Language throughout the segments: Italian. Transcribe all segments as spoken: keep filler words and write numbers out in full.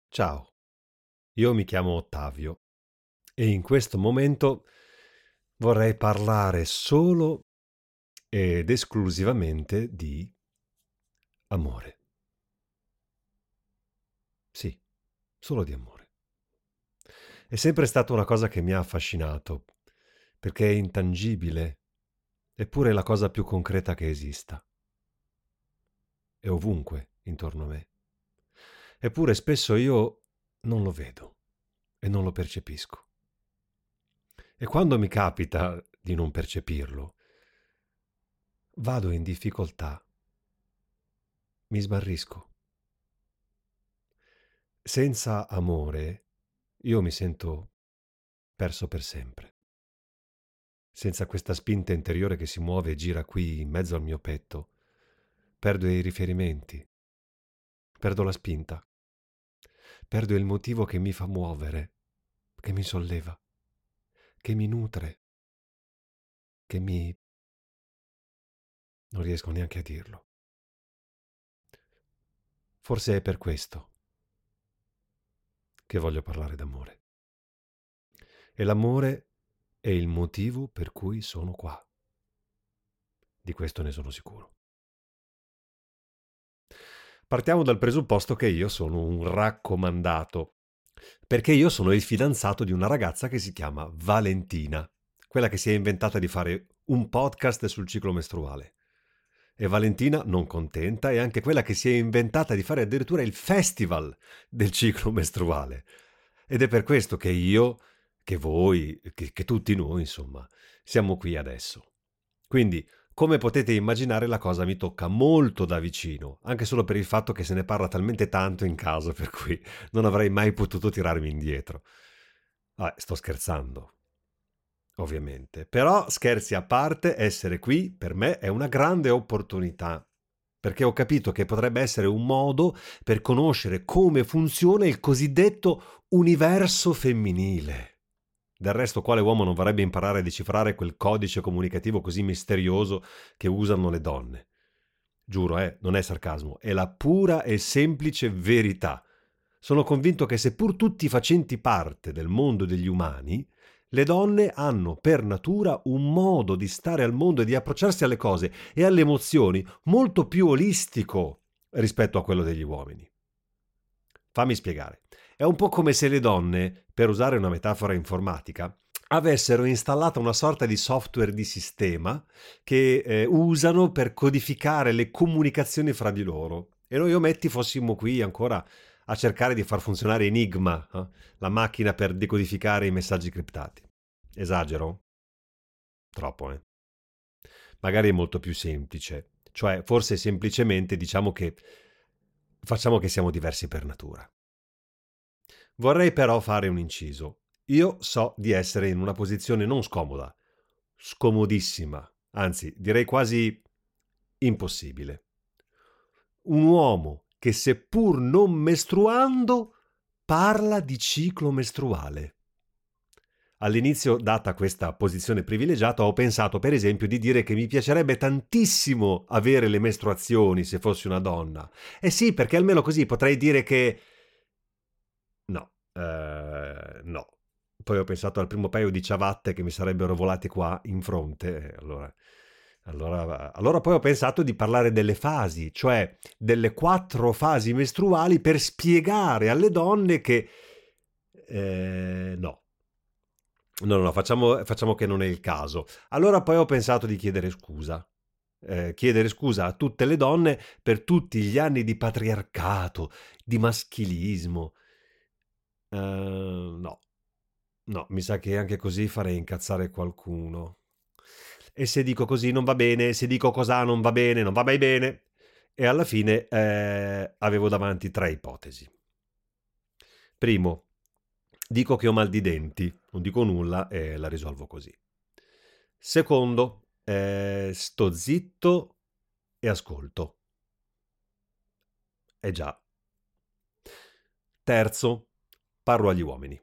Ciao, io mi chiamo Ottavio e in questo momento vorrei parlare solo ed esclusivamente di amore. Sì, solo di amore. È sempre stata una cosa che mi ha affascinato, perché è intangibile, eppure è la cosa più concreta che esista. È ovunque intorno a me. Eppure spesso io non lo vedo e non lo percepisco. E quando mi capita di non percepirlo, vado in difficoltà, mi smarrisco. Senza amore io mi sento perso per sempre. Senza questa spinta interiore che si muove e gira qui in mezzo al mio petto, perdo i riferimenti, perdo la spinta, perdo il motivo che mi fa muovere, che mi solleva, che mi nutre, che mi... non riesco neanche a dirlo. Forse è per questo che voglio parlare d'amore. E l'amore è il motivo per cui sono qua. Di questo ne sono sicuro. Partiamo dal presupposto che io sono un raccomandato, perché io sono il fidanzato di una ragazza che si chiama Valentina, quella che si è inventata di fare un podcast sul ciclo mestruale. E Valentina, non contenta, è anche quella che si è inventata di fare addirittura il festival del ciclo mestruale. Ed è per questo che io, che voi, che, che tutti noi, insomma, siamo qui adesso. Quindi, come potete immaginare, la cosa mi tocca molto da vicino, anche solo per il fatto che se ne parla talmente tanto in casa, per cui non avrei mai potuto tirarmi indietro. Ah, sto scherzando, ovviamente. Però, scherzi a parte, essere qui per me è una grande opportunità, perché ho capito che potrebbe essere un modo per conoscere come funziona il cosiddetto universo femminile. Del resto, quale uomo non vorrebbe imparare a decifrare quel codice comunicativo così misterioso che usano le donne? Giuro, eh, non è sarcasmo, è la pura e semplice verità. Sono convinto che seppur tutti facenti parte del mondo degli umani, le donne hanno per natura un modo di stare al mondo e di approcciarsi alle cose e alle emozioni molto più olistico rispetto a quello degli uomini. Fammi spiegare. È un po' come se le donne, per usare una metafora informatica, avessero installato una sorta di software di sistema che eh, usano per codificare le comunicazioni fra di loro. E noi ometti fossimo qui ancora a cercare di far funzionare Enigma, eh? La macchina per decodificare i messaggi criptati. Esagero? Troppo, eh? Magari è molto più semplice. Cioè, forse semplicemente diciamo che facciamo che siamo diversi per natura. Vorrei però fare un inciso. Io so di essere in una posizione non scomoda, scomodissima, anzi direi quasi impossibile. Un uomo che seppur non mestruando parla di ciclo mestruale. All'inizio, data questa posizione privilegiata, ho pensato per esempio di dire che mi piacerebbe tantissimo avere le mestruazioni se fossi una donna. Eh sì, perché almeno così potrei dire che... No, eh, no. Poi ho pensato al primo paio di ciabatte che mi sarebbero volate qua in fronte. Allora, allora, allora poi ho pensato di parlare delle fasi, cioè delle quattro fasi mestruali per spiegare alle donne che... eh, no. No, no, no, facciamo, facciamo che non è il caso. Allora poi ho pensato di chiedere scusa. Eh, chiedere scusa a tutte le donne per tutti gli anni di patriarcato, di maschilismo. Eh, no, no, mi sa che anche così farei incazzare qualcuno. E se dico così non va bene, se dico cos'ha non va bene, non va mai bene. E alla fine eh, avevo davanti tre ipotesi. Primo, dico che ho mal di denti, non dico nulla e la risolvo così. Secondo, eh, sto zitto e ascolto. Eh già. Terzo, parlo agli uomini.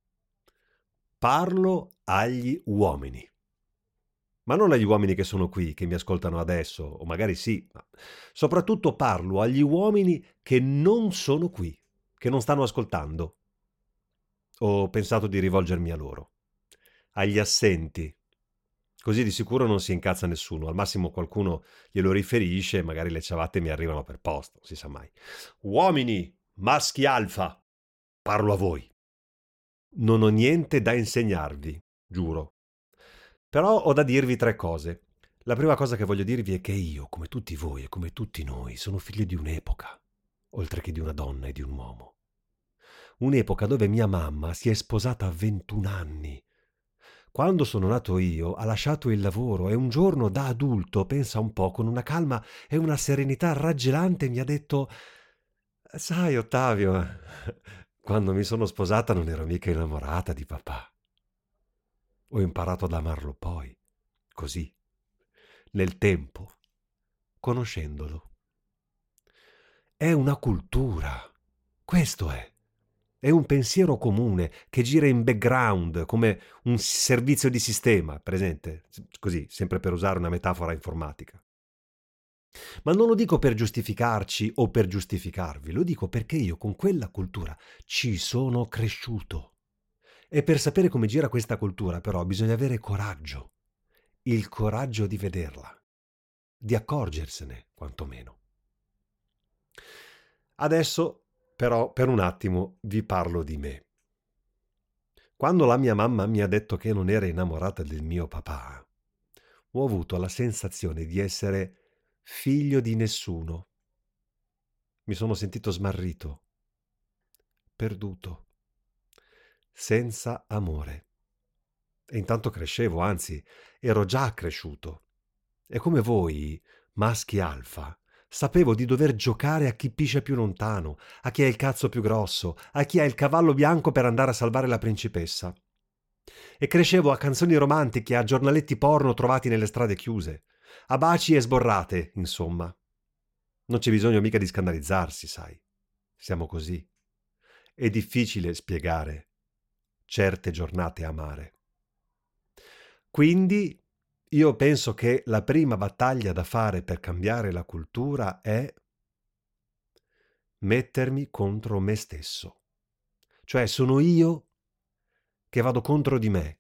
Parlo agli uomini. Ma non agli uomini che sono qui, che mi ascoltano adesso, o magari sì, ma soprattutto parlo agli uomini che non sono qui, che non stanno ascoltando. Ho pensato di rivolgermi a loro, agli assenti. Così di sicuro non si incazza nessuno, al massimo qualcuno glielo riferisce e magari le ciabatte mi arrivano per posta, non si sa mai. Uomini, maschi alfa, parlo a voi. Non ho niente da insegnarvi, giuro. Però ho da dirvi tre cose. La prima cosa che voglio dirvi è che io, come tutti voi e come tutti noi, sono figlio di un'epoca, oltre che di una donna e di un uomo. Un'epoca dove mia mamma si è sposata a ventuno anni. Quando sono nato io ha lasciato il lavoro e un giorno da adulto, pensa un po', con una calma e una serenità raggelante mi ha detto: sai Ottavio, quando mi sono sposata non ero mica innamorata di papà. Ho imparato ad amarlo poi, così, nel tempo, conoscendolo. È una cultura, questo è. È un pensiero comune che gira in background come un servizio di sistema, presente? Così, sempre per usare una metafora informatica. Ma non lo dico per giustificarci o per giustificarvi, lo dico perché io con quella cultura ci sono cresciuto. E per sapere come gira questa cultura, però, bisogna avere coraggio. Il coraggio di vederla, di accorgersene, quantomeno. Adesso, però, per un attimo vi parlo di me. Quando la mia mamma mi ha detto che non era innamorata del mio papà, ho avuto la sensazione di essere figlio di nessuno. Mi sono sentito smarrito, perduto, senza amore. E intanto crescevo, anzi, ero già cresciuto. E come voi, maschi alfa, sapevo di dover giocare a chi piscia più lontano, a chi ha il cazzo più grosso, a chi ha il cavallo bianco per andare a salvare la principessa. E crescevo a canzoni romantiche, a giornaletti porno trovati nelle strade chiuse, a baci e sborrate, insomma. Non c'è bisogno mica di scandalizzarsi, sai. Siamo così. È difficile spiegare certe giornate amare. Quindi io penso che la prima battaglia da fare per cambiare la cultura è mettermi contro me stesso. Cioè sono io che vado contro di me.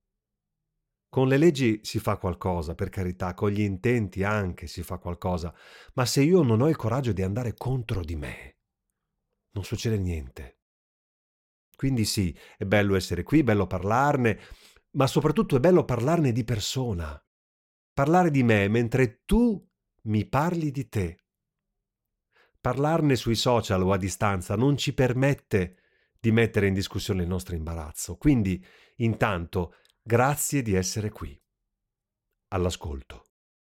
Con le leggi si fa qualcosa, per carità, con gli intenti anche si fa qualcosa, ma se io non ho il coraggio di andare contro di me, non succede niente. Quindi sì, è bello essere qui, bello parlarne, ma soprattutto è bello parlarne di persona. Parlare di me mentre tu mi parli di te. Parlarne sui social o a distanza non ci permette di mettere in discussione il nostro imbarazzo. Quindi, intanto, grazie di essere qui, all'ascolto.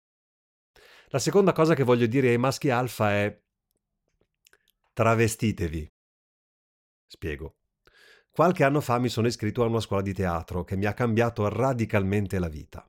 La seconda cosa che voglio dire ai maschi alfa è: travestitevi. Spiego. Qualche anno fa mi sono iscritto a una scuola di teatro che mi ha cambiato radicalmente la vita.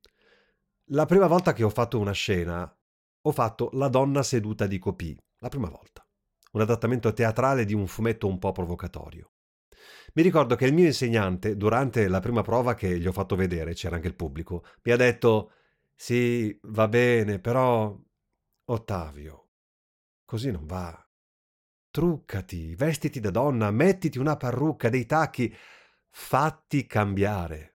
La prima volta che ho fatto una scena, ho fatto La donna seduta di Copì, la prima volta. Un adattamento teatrale di un fumetto un po' provocatorio. Mi ricordo che il mio insegnante, durante la prima prova che gli ho fatto vedere, c'era anche il pubblico, mi ha detto: sì, va bene, però Ottavio, così non va. Truccati, vestiti da donna, mettiti una parrucca, dei tacchi, fatti cambiare.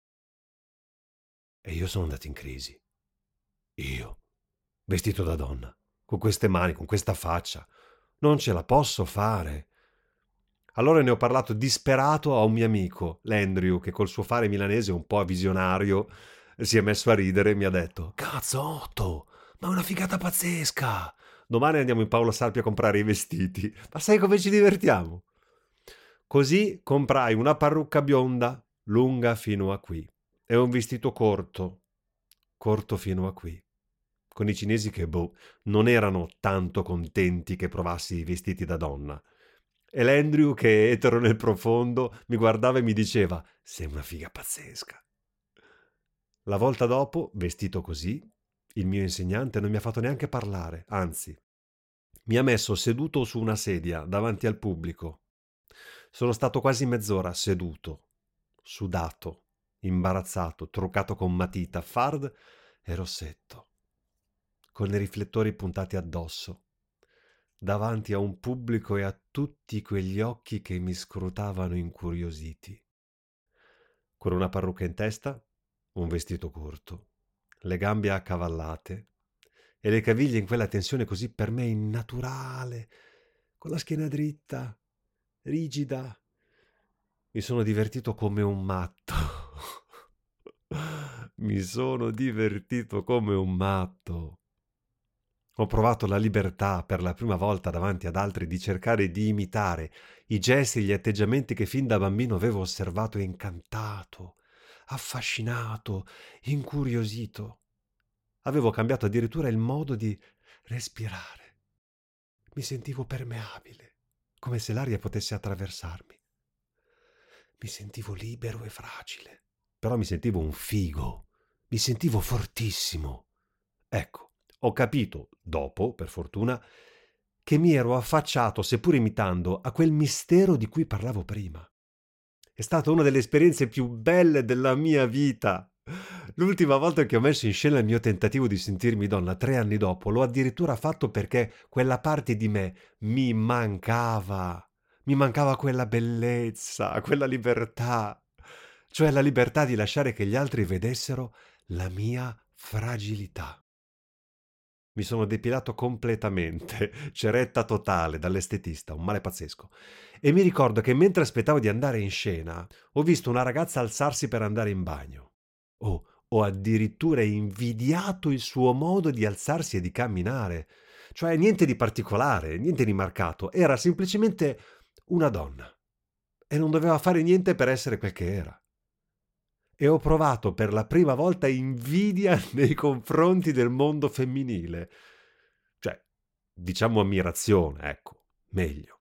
E io sono andato in crisi. Io, vestito da donna, con queste mani, con questa faccia, non ce la posso fare. Allora ne ho parlato disperato a un mio amico, l'Andrew, che col suo fare milanese un po' visionario si è messo a ridere e mi ha detto: cazzo Otto, ma è una figata pazzesca! Domani andiamo in Paolo Sarpi a comprare i vestiti. Ma sai come ci divertiamo? Così comprai una parrucca bionda, lunga fino a qui, e un vestito corto, corto fino a qui, con i cinesi che, boh, non erano tanto contenti che provassi i vestiti da donna. E l'Andrew, che è etero nel profondo, mi guardava e mi diceva: sei una figa pazzesca. La volta dopo, vestito così, il mio insegnante non mi ha fatto neanche parlare, anzi, mi ha messo seduto su una sedia davanti al pubblico. Sono stato quasi mezz'ora seduto, sudato, imbarazzato, truccato con matita, fard e rossetto, con i riflettori puntati addosso. davanti a un pubblico e a tutti quegli occhi che mi scrutavano incuriositi. Con una parrucca in testa, un vestito corto, le gambe accavallate e le caviglie in quella tensione così per me innaturale, con la schiena dritta, rigida. Mi sono divertito come un matto. Mi sono divertito come un matto. Ho provato la libertà per la prima volta davanti ad altri di cercare di imitare i gesti e gli atteggiamenti che fin da bambino avevo osservato e incantato, affascinato, incuriosito. Avevo cambiato addirittura il modo di respirare. Mi sentivo permeabile, come se l'aria potesse attraversarmi. Mi sentivo libero e fragile, però mi sentivo un figo, mi sentivo fortissimo. Ecco, ho capito, dopo, per fortuna, che mi ero affacciato, seppur imitando, a quel mistero di cui parlavo prima. È stata una delle esperienze più belle della mia vita. L'ultima volta che ho messo in scena il mio tentativo di sentirmi donna, tre anni dopo, l'ho addirittura fatto perché quella parte di me mi mancava. Mi mancava quella bellezza, quella libertà, cioè la libertà di lasciare che gli altri vedessero la mia fragilità. Mi sono depilato completamente, ceretta totale dall'estetista, un male pazzesco. E mi ricordo che mentre aspettavo di andare in scena, ho visto una ragazza alzarsi per andare in bagno. Oh, ho addirittura invidiato il suo modo di alzarsi e di camminare. Cioè niente di particolare, niente di marcato, era semplicemente una donna. E non doveva fare niente per essere quel che era. E ho provato per la prima volta invidia nei confronti del mondo femminile. Cioè, diciamo ammirazione, ecco, meglio.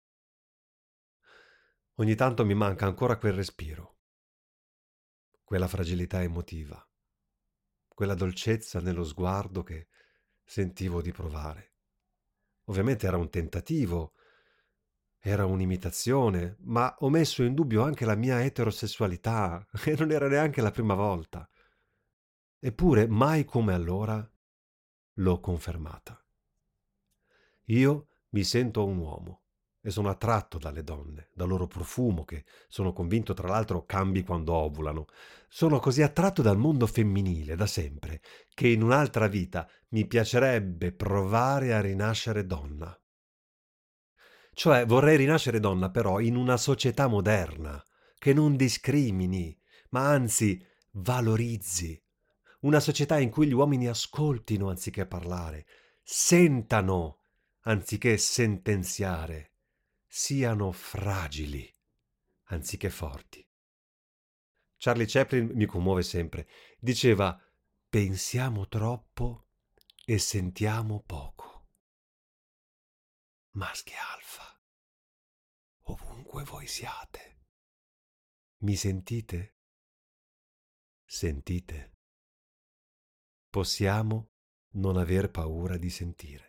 Ogni tanto mi manca ancora quel respiro, quella fragilità emotiva, quella dolcezza nello sguardo che sentivo di provare. Ovviamente era un tentativo, era un'imitazione, ma ho messo in dubbio anche la mia eterosessualità, e non era neanche la prima volta. Eppure, mai come allora, l'ho confermata. Io mi sento un uomo e sono attratto dalle donne, dal loro profumo che sono convinto tra l'altro cambi quando ovulano. Sono così attratto dal mondo femminile da sempre che in un'altra vita mi piacerebbe provare a rinascere donna. Cioè vorrei rinascere donna però in una società moderna che non discrimini, ma anzi valorizzi. Una società in cui gli uomini ascoltino anziché parlare, sentano anziché sentenziare, siano fragili anziché forti. Charlie Chaplin mi commuove sempre. Diceva: pensiamo troppo e sentiamo poco. Maschi alfa, ovunque voi siate. Mi sentite? Sentite? Possiamo non aver paura di sentire.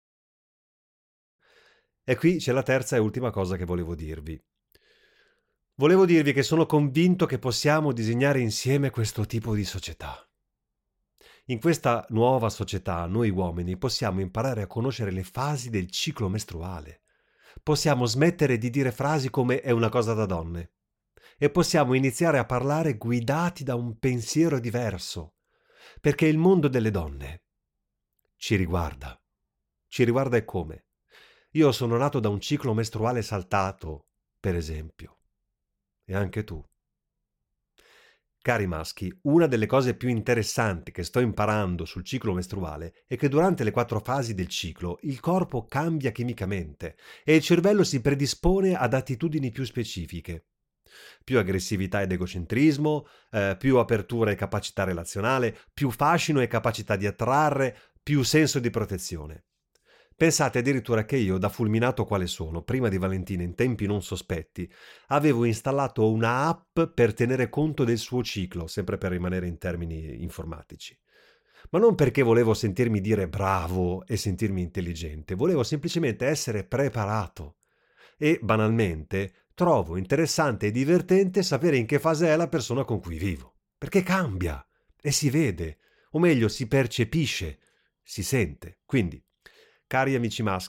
E qui c'è la terza e ultima cosa che volevo dirvi. Volevo dirvi che sono convinto che possiamo disegnare insieme questo tipo di società. In questa nuova società, noi uomini possiamo imparare a conoscere le fasi del ciclo mestruale. Possiamo smettere di dire frasi come è una cosa da donne. E possiamo iniziare a parlare guidati da un pensiero diverso. Perché il mondo delle donne ci riguarda. Ci riguarda e come? Io sono nato da un ciclo mestruale saltato, per esempio. E anche tu. Cari maschi, una delle cose più interessanti che sto imparando sul ciclo mestruale è che durante le quattro fasi del ciclo il corpo cambia chimicamente e il cervello si predispone ad attitudini più specifiche. Più aggressività ed egocentrismo, eh, più apertura e capacità relazionale, più fascino e capacità di attrarre, più senso di protezione. Pensate addirittura che io, da fulminato quale sono, prima di Valentina in tempi non sospetti, avevo installato una app per tenere conto del suo ciclo, sempre per rimanere in termini informatici. Ma non perché volevo sentirmi dire bravo e sentirmi intelligente, volevo semplicemente essere preparato. E, banalmente, trovo interessante e divertente sapere in che fase è la persona con cui vivo. Perché cambia e si vede, o meglio si percepisce, si sente. Quindi, cari amici maschi,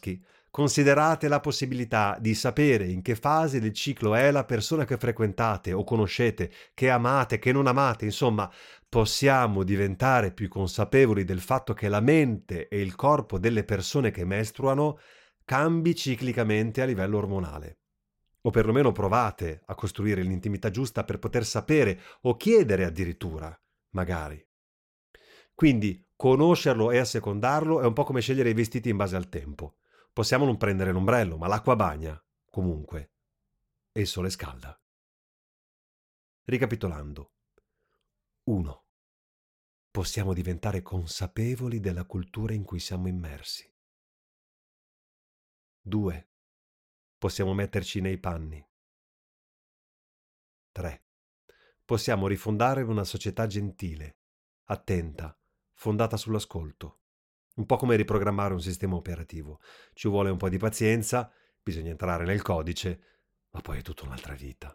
Considerate la possibilità di sapere in che fase del ciclo è la persona che frequentate o conoscete, che amate, che non amate, insomma, possiamo diventare più consapevoli del fatto che la mente e il corpo delle persone che mestruano cambi ciclicamente a livello ormonale. O perlomeno provate a costruire l'intimità giusta per poter sapere o chiedere addirittura, magari. Quindi conoscerlo e assecondarlo è un po' come scegliere i vestiti in base al tempo. Possiamo non prendere l'ombrello, ma l'acqua bagna, comunque, e il sole scalda. Ricapitolando. uno. Possiamo diventare consapevoli della cultura in cui siamo immersi. due. Possiamo metterci nei panni. tre. Possiamo rifondare una società gentile, attenta, fondata sull'ascolto. Un po' come riprogrammare un sistema operativo. Ci vuole un po' di pazienza, bisogna entrare nel codice, ma poi è tutta un'altra vita.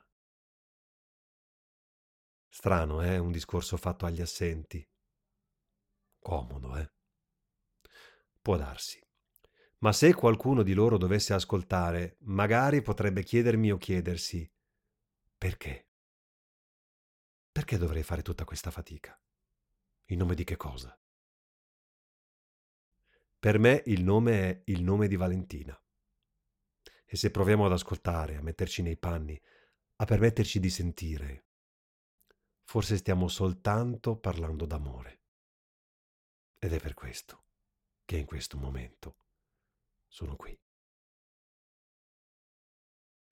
Strano, eh? Un discorso fatto agli assenti. Comodo, eh? Può darsi. Ma se qualcuno di loro dovesse ascoltare, magari potrebbe chiedermi o chiedersi: perché? Perché dovrei fare tutta questa fatica? In nome di che cosa? Per me il nome è il nome di Valentina. E se proviamo ad ascoltare, a metterci nei panni, a permetterci di sentire, forse stiamo soltanto parlando d'amore. Ed è per questo che in questo momento sono qui.